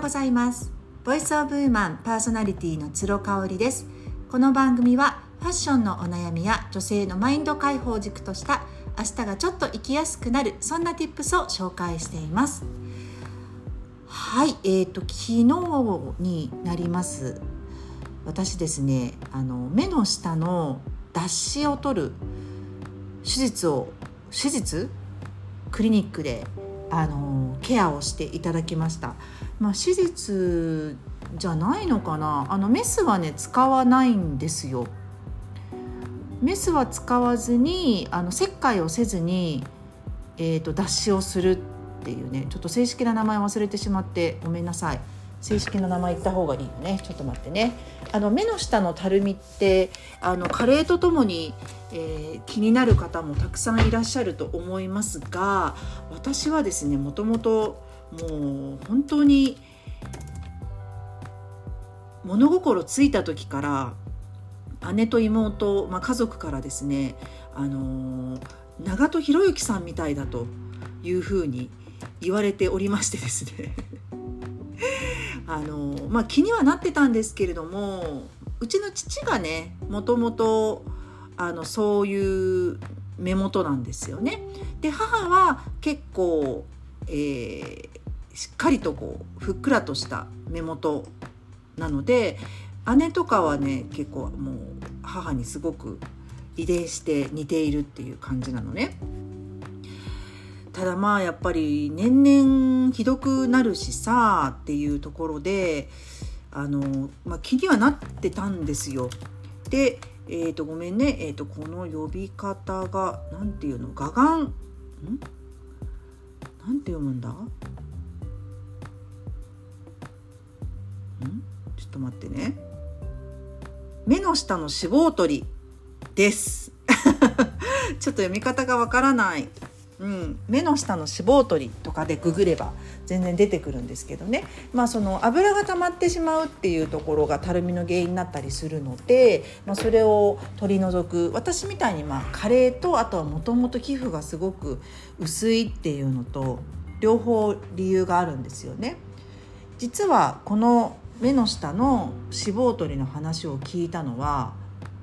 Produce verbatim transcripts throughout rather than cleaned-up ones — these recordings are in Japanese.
ございます。ボイスオブウーマンパーソナリティのつろかおりです。この番組はファッションのお悩みや女性のマインド解放軸とした明日がちょっと生きやすくなる、そんな Tips を紹介しています。はい、えーと昨日になります。私ですね、あの目の下の脱脂を取る手術を手術クリニックであのケアをしていただきました。まあ、手術じゃないのかな。あのメスはね使わないんですよ。メスは使わずにあの切開をせずに、えーと、脱脂をするっていうね、ちょっと正式な名前忘れてしまってごめんなさい。正式な名前言った方がいいよね。ちょっと待ってね。あの目の下のたるみってあの加齢とともに、えー、気になる方もたくさんいらっしゃると思いますが、私はですね、もともともう本当に物心ついた時から姉と妹、まあ、家族からですね、あのー、長門博之さんみたいだというふうに言われておりましてですねあのーまあ、気にはなってたんですけれども、うちの父がねもともとあのそういう目元なんですよね。で母は結構、えー、しっかりとこうふっくらとした目元なので、姉とかはね結構もう母にすごく遺伝して似ているっていう感じなのね。ただまあやっぱり年々ひどくなるしさっていうところであの、まあ、気にはなってたんですよ。で、えーとごめんね、えーとこの呼び方がなんていうの、ガガンんなんて読むんだんちょっと待ってね。目の下の脂肪取りですちょっと読み方がわからない、うん、目の下の脂肪取りとかでググれば全然出てくるんですけどね。まあその油が溜まってしまうっていうところがたるみの原因になったりするので、まあ、それを取り除く、私みたいにまあ加齢と、あとはもともと皮膚がすごく薄いっていうのと両方理由があるんですよね。実はこの目の下の脂肪取りの話を聞いたのは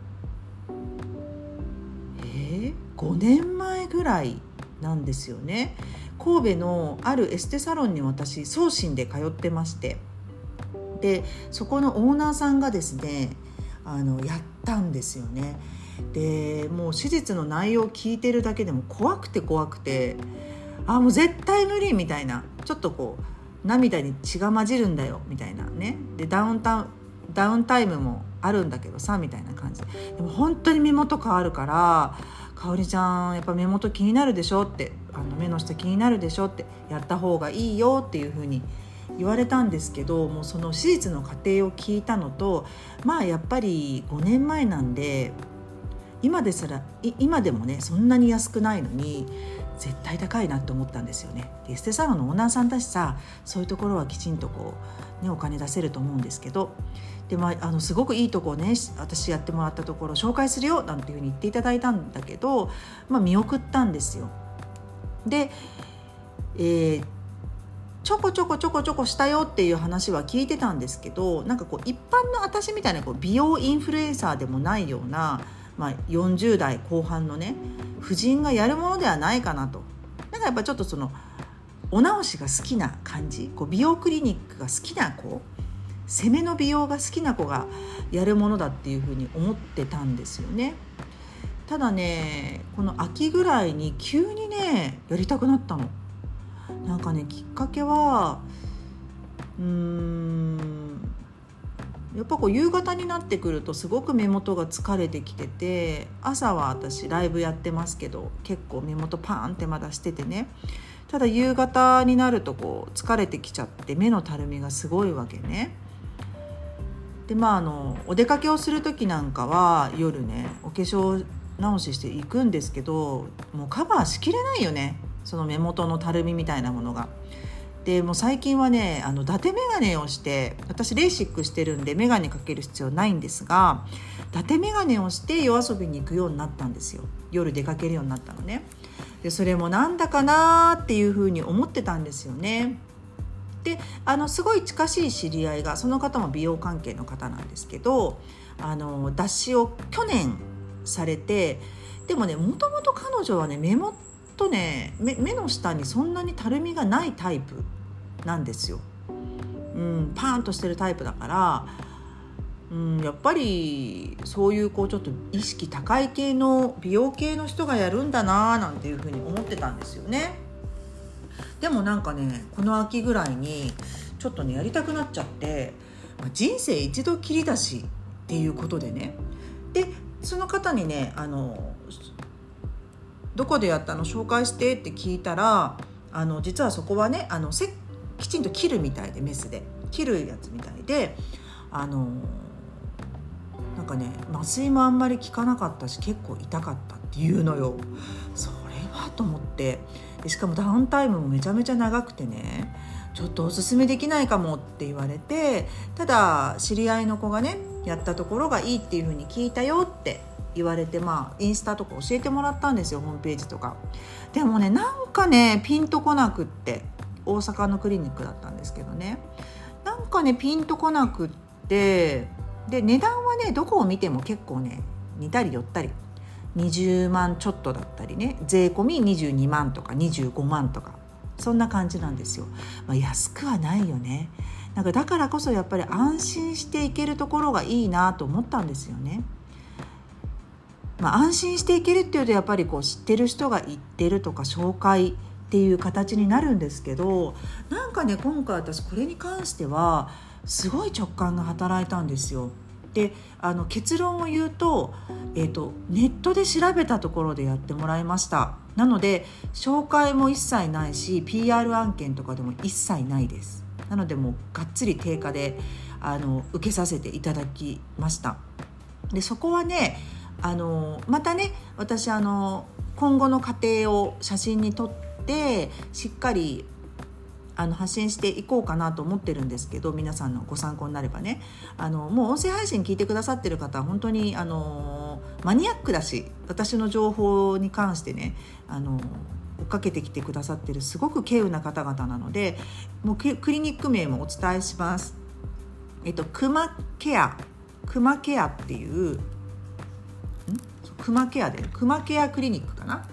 えー、ごねんまえぐらいなんですよね。神戸のあるエステサロンに私送信で通ってまして、でそこのオーナーさんがですねあのやったんですよね。でもう手術の内容を聞いてるだけでも怖くて怖くて、あもう絶対無理みたいな、ちょっとこう涙に血が混じるんだよみたいなね。でダウンタウンダウンタイムもあるんだけどさみたいな感じで、でも本当に目元変わるから、かおりちゃんやっぱ目元気になるでしょって、あの目の下気になるでしょって、やった方がいいよっていう風に言われたんですけど、もうその手術の過程を聞いたのと、まあやっぱりごねんまえなんで、今ですら今でもねそんなに安くないのに絶対高いなって思ったんですよね。でエステサロンのオーナーさんだしさ、そういうところはきちんとこう、ね、お金出せると思うんですけど、で、まあ、あのすごくいいとこをね私やってもらったところ紹介するよなんていうふうに言っていただいたんだけど、まあ、見送ったんですよ。で、えー、ちょこちょこちょこちょこしたよっていう話は聞いてたんですけど、なんかこう一般の私みたいなこう美容インフルエンサーでもないような、まあ、よんじゅう代後半のね婦人がやるものではないかなと。なんかやっぱちょっとそのお直しが好きな感じ、こう美容クリニックが好きな子、攻めの美容が好きな子がやるものだっていうふうに思ってたんですよね。ただねこの秋ぐらいに急にねやりたくなったの。なんかねきっかけはうーんやっぱこう夕方になってくるとすごく目元が疲れてきてて、朝は私ライブやってますけど結構目元パーンってまだしててね、ただ夕方になるとこう疲れてきちゃって目のたるみがすごいわけね。でまああのお出かけをする時なんかは夜ねお化粧直ししていくんですけど、もうカバーしきれないよね、その目元のたるみみたいなものが。でもう最近はねあの伊達メガネをして、私レーシックしてるんでメガネかける必要ないんですが、伊達メガネをして夜遊びに行くようになったんですよ。夜出かけるようになったのね。でそれもなんだかなっていうふうに思ってたんですよね。 であのすごい近しい知り合いが、その方も美容関係の方なんですけど、あの脱脂を去年されて、でもねもともと彼女はね目元ね 目, 目の下にそんなにたるみがないタイプなんですよ、うん、パーンとしてるタイプだから、うん、やっぱりそういうこうちょっと意識高い系の美容系の人がやるんだななんていうふうに思ってたんですよね。でもなんかねこの秋ぐらいにちょっとねやりたくなっちゃって、まあ、人生一度きりだしっていうことでね、でその方にねあのどこでやったの紹介してって聞いたら、あの実はそこはねあのせきちんと切るみたいで、メスで切るやつみたいで、あのなんかね麻酔もあんまり効かなかったし結構痛かったっていうのよ。それはと思って、でしかもダウンタイムもめちゃめちゃ長くてね、ちょっとおすすめできないかもって言われて、ただ知り合いの子がねやったところがいいっていう風に聞いたよって言われて、まあインスタとか教えてもらったんですよ、ホームページとか。でもねなんかねピンとこなくって、大阪のクリニックだったんですけどね、なんかねピンとこなくって、で値段はねどこを見ても結構ね似たり寄ったり、にじゅうまんちょっとだったりね、税込みにじゅうにまんとかにじゅうごまんとかそんな感じなんですよ、まあ、安くはないよね。なんかだからこそやっぱり安心していけるところがいいなと思ったんですよね。まあ、安心していけるっていうとやっぱりこう知ってる人が言ってるとか紹介っていう形になるんですけど、なんかね今回私これに関してはすごい直感が働いたんですよ。であの結論を言うと、えーと、ネットで調べたところでやってもらいました。なので紹介も一切ないし ピーアール 案件とかでも一切ないです。なのでもうがっつり定価であの受けさせていただきました。でそこはねあのまたね私あの今後の過程を写真に撮ってしっかりあの発信していこうかなと思ってるんですけど、皆さんのご参考になればね、あのもう音声配信聞いてくださってる方は本当にあのマニアックだし、私の情報に関してねあの追っかけてきてくださってるすごく稀有な方々なので、もうクリニック名もお伝えします。えっとクマケアクマケアっていうクマケアでクマケアクリニックかな。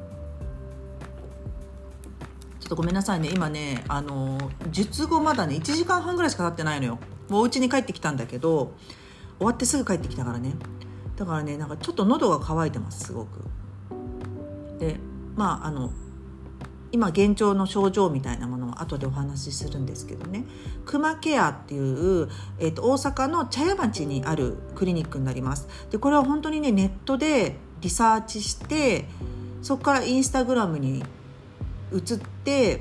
ちょっとごめんなさいね、今ねあの術後まだねいちじかんはんぐらいしか経ってないのよ。もうお家に帰ってきたんだけど、終わってすぐ帰ってきたからね。だからねなんかちょっと喉が渇いてますすごく。でまああの今現状の症状みたいなものを後でお話しするんですけどね、クマケアっていう、えーと、大阪の茶屋町にあるクリニックになります。でこれは本当にねネットでリサーチして、そこからインスタグラムに移って、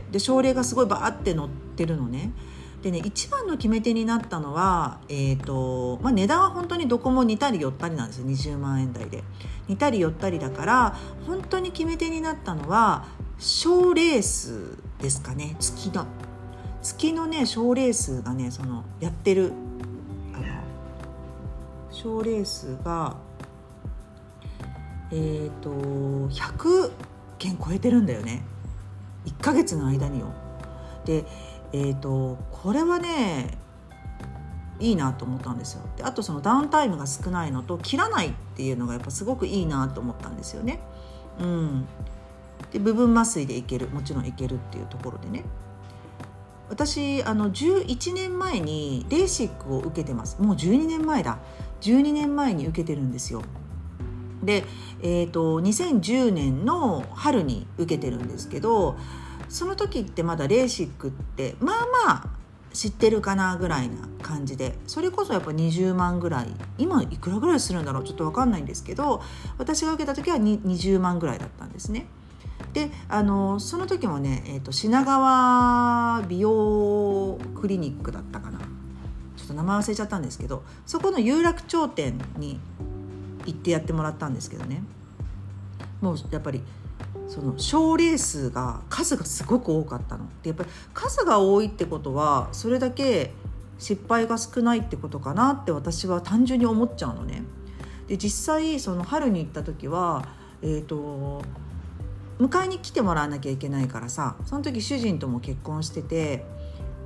で症例がすごいバーって載ってるのね。でね一番の決め手になったのは、えーとまあ、値段は本当にどこも似たり寄ったりなんですよ。にじゅうまんえん台で似たり寄ったりだから、本当に決め手になったのは賞レースですかね。月の月のね賞レースがねそのやってるあの賞レースがえーとひゃくけん超えてるんだよね、いっかげつの間によ。でえーとこれはねいいなと思ったんですよ。であとそのダウンタイムが少ないのと切らないっていうのがやっぱすごくいいなと思ったんですよね。うん、で部分麻酔でいける、もちろんいけるっていうところでね、私あのじゅういちねんまえにレーシックを受けてます。もうじゅうにねんまえだじゅうにねんまえに受けてるんですよ。で、えーと、にせんじゅうねんの春に受けてるんですけど、その時ってまだレーシックってまあまあ知ってるかなぐらいな感じで、それこそやっぱにじゅうまんぐらい、今いくらぐらいするんだろうちょっと分かんないんですけど、私が受けた時はにじゅうまんぐらいだったんですね。であのその時もね、えーと、品川美容クリニックだったかな、ちょっと名前忘れちゃったんですけど、そこの有楽町店に行ってやってもらったんですけどね、もうやっぱりその賞レースが数がすごく多かったので、やっぱり数が多いってことはそれだけ失敗が少ないってことかなって私は単純に思っちゃうのね。で実際その春に行った時はえーと迎えに来てもらわなきゃいけないからさ、その時主人とも結婚してて、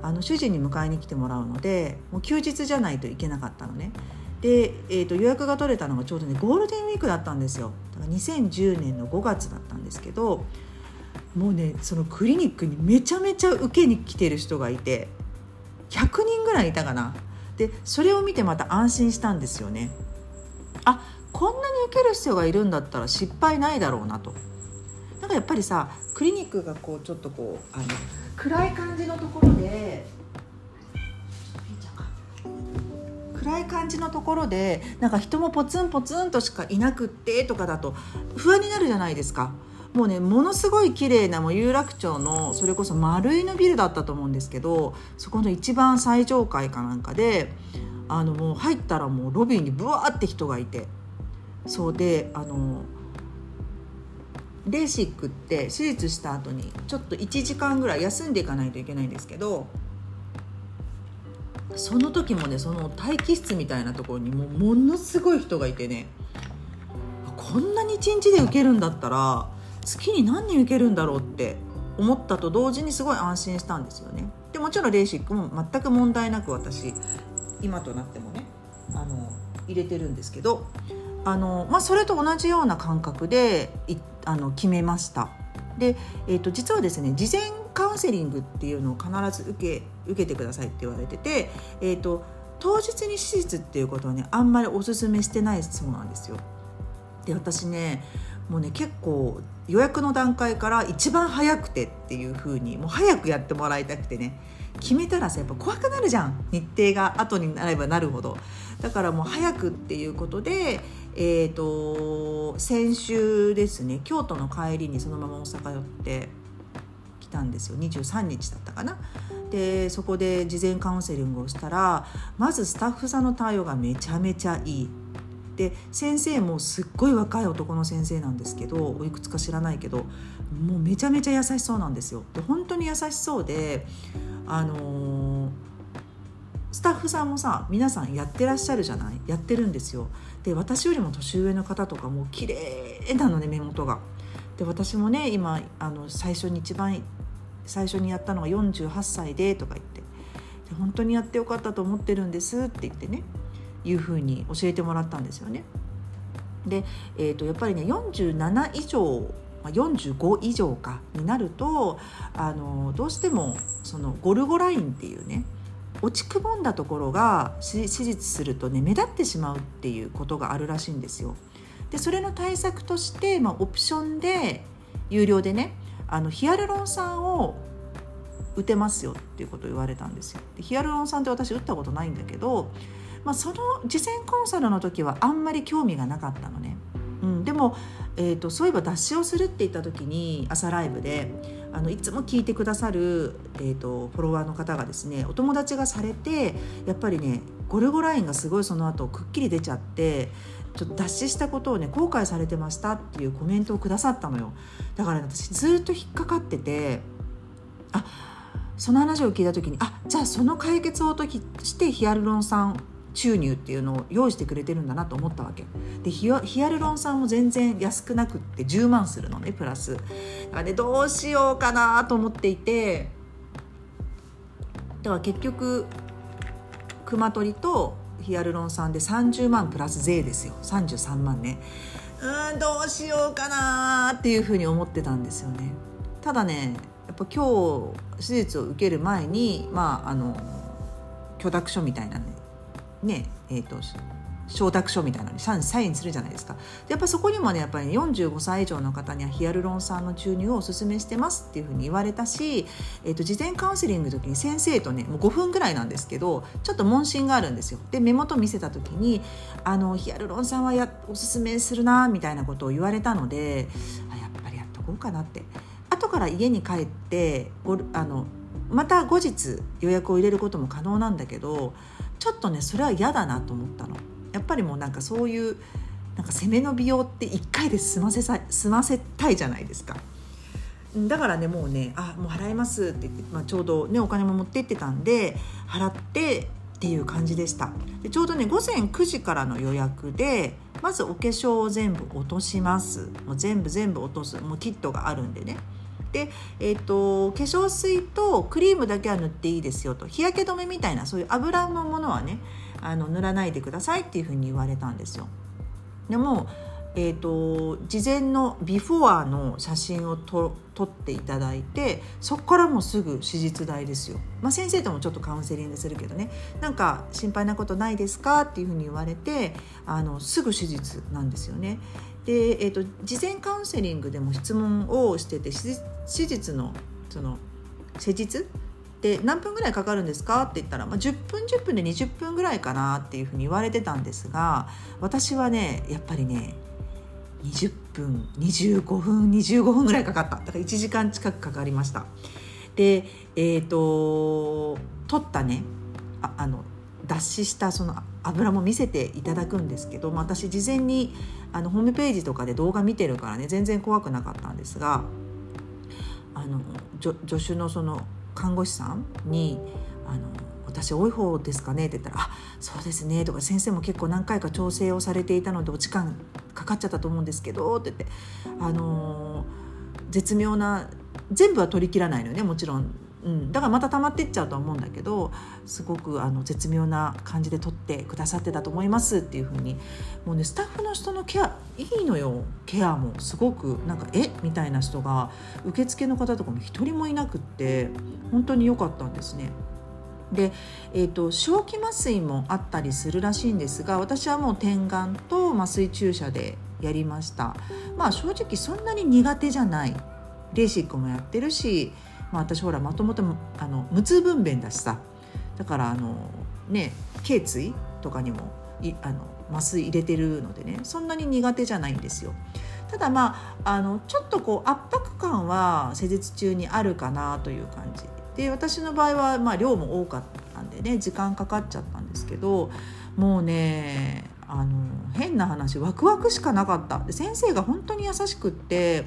あの主人に迎えに来てもらうので、もう休日じゃないといけなかったのね。で、えー、と予約が取れたのがちょうどねゴールデンウィークだったんですよ。だからにせんじゅうねんのごがつだったんですけど、もうねそのクリニックにめちゃめちゃ受けに来てる人がいて、ひゃくにんぐらいいたかな。でそれを見てまた安心したんですよね。あ、こんなに受ける人がいるんだったら失敗ないだろうなと。なんかやっぱりさ、クリニックがこうちょっとこうあの暗い感じのところで暗い感じのところでなんか人もポツンポツンとしかいなくってとかだと不安になるじゃないですか。もうねものすごい綺麗なもう有楽町のそれこそ丸いのビルだったと思うんですけど、そこの一番最上階かなんかで、あのもう入ったらもうロビーにブワーって人がいて、そうであのレーシックって手術した後にちょっといちじかんぐらい休んでいかないといけないんですけど、その時もねその待機室みたいなところにもうものすごい人がいてね、こんなにいちにちで受けるんだったら月に何人受けるんだろうって思ったと同時にすごい安心したんですよね。でもちろんレーシックも全く問題なく私今となってもねあの入れてるんですけど、あの、まあ、それと同じような感覚でいあの決めました。で、えーと、実はですね事前カウンセリングっていうのを必ず受け、受けてくださいって言われてて、えーと、当日に手術っていうことはねあんまりおすすめしてないそうなんですよ。で私ねもうね結構予約の段階から一番早くてっていう風にもう早くやってもらいたくてね、決めたらさやっぱ怖くなるじゃん、日程が後になればなるほど。だからもう早くっていうことで、えーと先週ですね京都の帰りにそのまま大阪寄ってきたんですよ。にじゅうさんにちだったかな。でそこで事前カウンセリングをしたら、まずスタッフさんの対応がめちゃめちゃいい。で先生もすっごい若い男の先生なんですけど、おいくつか知らないけどもうめちゃめちゃ優しそうなんですよ。で本当に優しそうで、あのー、スタッフさんもさ皆さんやってらっしゃるじゃない、やってるんですよ。で私よりも年上の方とかも綺麗なのね目元が。で私もね今あの最初に一番最初にやったのがよんじゅうはっさいでとか言って、で本当にやってよかったと思ってるんですって言ってねいうふうに教えてもらったんですよね。で、えーと、やっぱりねよんじゅうなな以上よんじゅうご以上かになるとあのどうしてもそのゴルゴラインっていうね落ちくぼんだところが手術するとね目立ってしまうっていうことがあるらしいんですよ。でそれの対策として、まあ、オプションで有料でねあのヒアルロン酸を打てますよっていうことを言われたんですよ。でヒアルロン酸って私打ったことないんだけど、まあ、その事前コンサルの時はあんまり興味がなかったのね、うん、でも、えーと、そういえば脱脂をするって言った時に朝ライブであのいつも聞いてくださる、えーと、フォロワーの方がですねお友達がされてやっぱりねゴルゴラインがすごいその後くっきり出ちゃってちょっと脱脂したことをね後悔されてましたっていうコメントをくださったのよ。だから、ね、私ずっと引っかかってて、あその話を聞いた時にあじゃあその解決をとしてヒアルロン酸注入っていうのを用意してくれてるんだなと思ったわけで、ヒア、ヒアルロン酸も全然安くなくってじゅうまんするのねプラス。だからねどうしようかなと思っていて、だから結局クマ取りとヒアルロン酸でさんじゅうまんプラス税ですよ、さんじゅうさんまんね。うーんどうしようかなっていうふうに思ってたんですよね。ただねやっぱ今日手術を受ける前にまああの許諾書みたいなねねえーと承諾書みたいなのにサインするじゃないですか。でやっぱそこにもねやっぱりよんじゅうごさい以上の方にはヒアルロン酸の注入をお勧めしてますっていうふうに言われたし、えーと事前カウンセリングの時に先生とねもうごふんぐらいなんですけどちょっと問診があるんですよ。で目元見せた時にあのヒアルロン酸はやお勧めするなみたいなことを言われたので、あやっぱりやっとこうかなって。後から家に帰ってあのまた後日予約を入れることも可能なんだけど、ちょっとねそれは嫌だなと思ったの。やっぱりもうなんかそういうなんか攻めの美容っていっかいで済ませさ済ませたいじゃないですか。だからねもうねあもう払いますって言って、まあ、ちょうどねお金も持って行ってたんで払ってっていう感じでした。でちょうどねごぜんくじからの予約でまずお化粧を全部落とします。もう全部全部落とすもうキットがあるんでね。 で、えーと、化粧水とクリームだけは塗っていいですよと、日焼け止めみたいなそういう油のものはねあの塗らないでくださいっていうふうに言われたんですよ。でもえーと、事前のビフォアの写真をと撮っていただいて、そこからもうすぐ手術台ですよ。まあ、先生ともちょっとカウンセリングするけどね、なんか心配なことないですかっていうふうに言われて、あのすぐ手術なんですよね。で、えーと、事前カウンセリングでも質問をしてて、手術のその施術で何分ぐらいかかるんですかって言ったら、まあ、じゅっぷんじゅっぷんでにじゅっぷんぐらいかなっていうふうに言われてたんですが、私はねやっぱりねにじゅっぷんにじゅうごふんにじゅうごふんぐらいかかった。だからいちじかん近くかかりました。でえっと取ったねああの脱脂したその油も見せていただくんですけど、まあ、私事前にあのホームページとかで動画見てるからね全然怖くなかったんですが、あの助手のその看護師さんにあの私多い方ですかねって言ったら、あそうですねとか、先生も結構何回か調整をされていたのでお時間かかっちゃったと思うんですけどって言って、あのー、絶妙な全部は取り切らないのよねもちろん、うん、だからまた溜まっていっちゃうとは思うんだけど、すごくあの絶妙な感じで取ってくださってたと思いますっていう風に、もうねスタッフの人のケアいいのよ。ケアもすごくなんかえみたいな人が受付の方とかも一人もいなくって本当に良かったんですね。で、えーと、小気麻酔もあったりするらしいんですが、私はもう点眼と麻酔注射でやりました。まあ正直そんなに苦手じゃない。レーシックもやってるし、まあ、私ほらもともとあの無痛分娩だしさ、だからあのね頸椎とかにもいあの麻酔入れてるのでね、そんなに苦手じゃないんですよ。ただまああのちょっとこう圧迫感は施術中にあるかなという感じで、私の場合はまあ量も多かったんでね時間かかっちゃったんですけど、もうねあの変な話ワクワクしかなかった。で先生が本当に優しくって、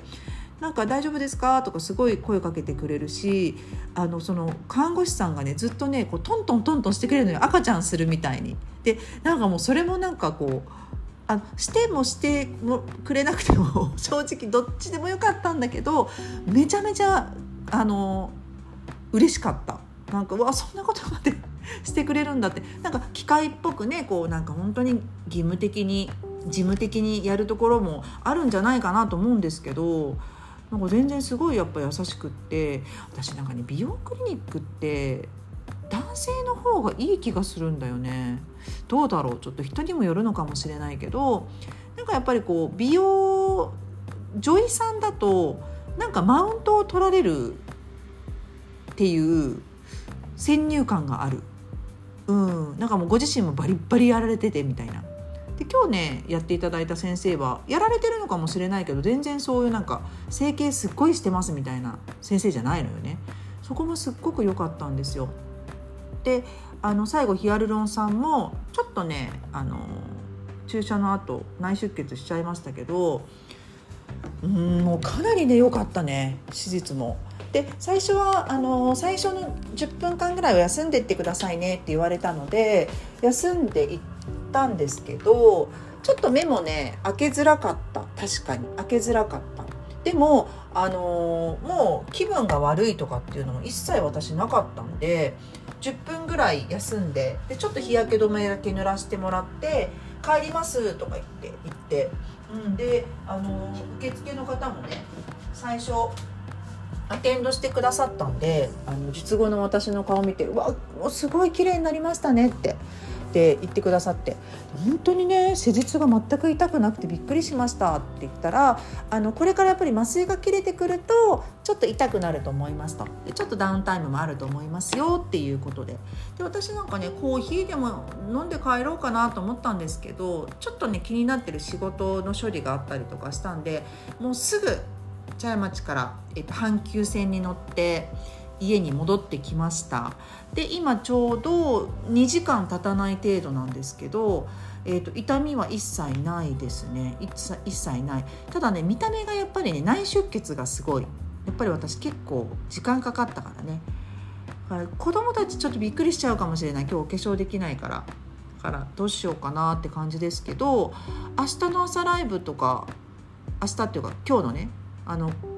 なんか大丈夫ですかとかすごい声かけてくれるし、あのその看護師さんがねずっとねこうトントントントンしてくれるのよ、赤ちゃんするみたいに。でなんかもうそれもなんかこうあしてもしてもくれなくても正直どっちでもよかったんだけど、めちゃめちゃあの嬉しかった。なんかうわそんなことまでしてくれるんだって、なんか機械っぽくねこうなんか本当に義務的に事務的にやるところもあるんじゃないかなと思うんですけど、なんか全然すごいやっぱ優しくって、私なんかね美容クリニックって男性の方がいい気がするんだよね。どうだろう、ちょっと人にもよるのかもしれないけど、なんかやっぱりこう美容女医さんだとなんかマウントを取られるっていう先入観がある。うん、なんかもうご自身もバリッバリやられててみたいな。で今日ねやっていただいた先生はやられてるのかもしれないけど、全然そういうなんか整形すっごいしてますみたいな先生じゃないのよね。そこもすっごく良かったんですよ。であの最後ヒアルロン酸もちょっとねあの注射の後内出血しちゃいましたけど、うーんもうかなりね良かったね手術も。で最初はあの最初のじゅっぷんかんぐらいは休んでいってくださいねって言われたので休んでいったんですけど、ちょっと目もね開けづらかった。確かに開けづらかった。でもあのもう気分が悪いとかっていうのも一切私なかったので、じゅっぷんぐらい休んで、でちょっと日焼け止めだけ塗らせてもらって帰りますとか言って言って、うん、であの受付の方もね最初アテンドしてくださったんで、あの術後の私の顔見て、うわもうすごい綺麗になりましたねってって言ってくださって、本当にね施術が全く痛くなくてびっくりしましたって言ったら、あのこれからやっぱり麻酔が切れてくるとちょっと痛くなると思いますと、でちょっとダウンタイムもあると思いますよっていうことで、で私なんかねコーヒーでも飲んで帰ろうかなと思ったんですけど、ちょっとね気になってる仕事の処理があったりとかしたんで、もうすぐ茶屋町から、えっと、阪急線に乗って家に戻ってきました。で今ちょうどにじかん経たない程度なんですけど、えーと、痛みは一切ないですね。一切、一切ない。ただね見た目がやっぱりね内出血がすごい、やっぱり私結構時間かかったからね、だから子供たちちょっとびっくりしちゃうかもしれない。今日お化粧できないからだからどうしようかなって感じですけど、明日の朝ライブとか明日っていうか今日のねあの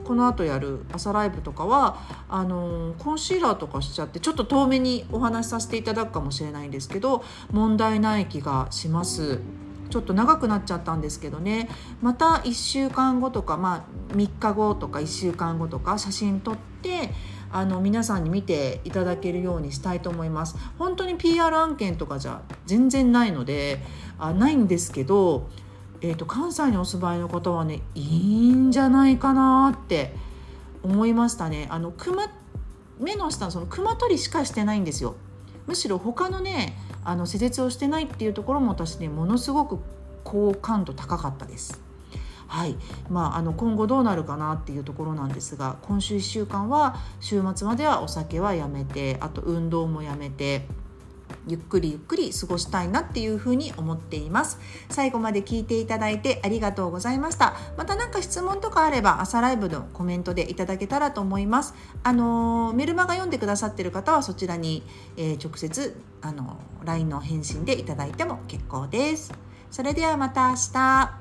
この後やる朝ライブとかはあのコンシーラーとかしちゃってちょっと遠めにお話しさせていただくかもしれないんですけど、問題ない気がします。ちょっと長くなっちゃったんですけどね、またいっしゅうかんごとか、まあ、みっかごとかいっしゅうかんごとか写真撮ってあの皆さんに見ていただけるようにしたいと思います。本当に ピーアール 案件とかじゃ全然ないのであないんですけど、えーと、関西にお住まいの方はねいいんじゃないかなって思いましたね。あの熊目の下のその熊取りしかしてないんですよ。むしろ他のねあの施術をしてないっていうところも私ねものすごく好感度高かったです。はい、まあ、あの今後どうなるかなっていうところなんですが、今週いっしゅうかんは週末まではお酒はやめて、あと運動もやめてゆっくりゆっくり過ごしたいなっていうふうに思っています。最後まで聞いていただいてありがとうございました。また何か質問とかあれば朝ライブのコメントでいただけたらと思います。あのメルマガ読んでくださっている方はそちらに、えー、直接あの ライン の返信でいただいても結構です。それではまた明日。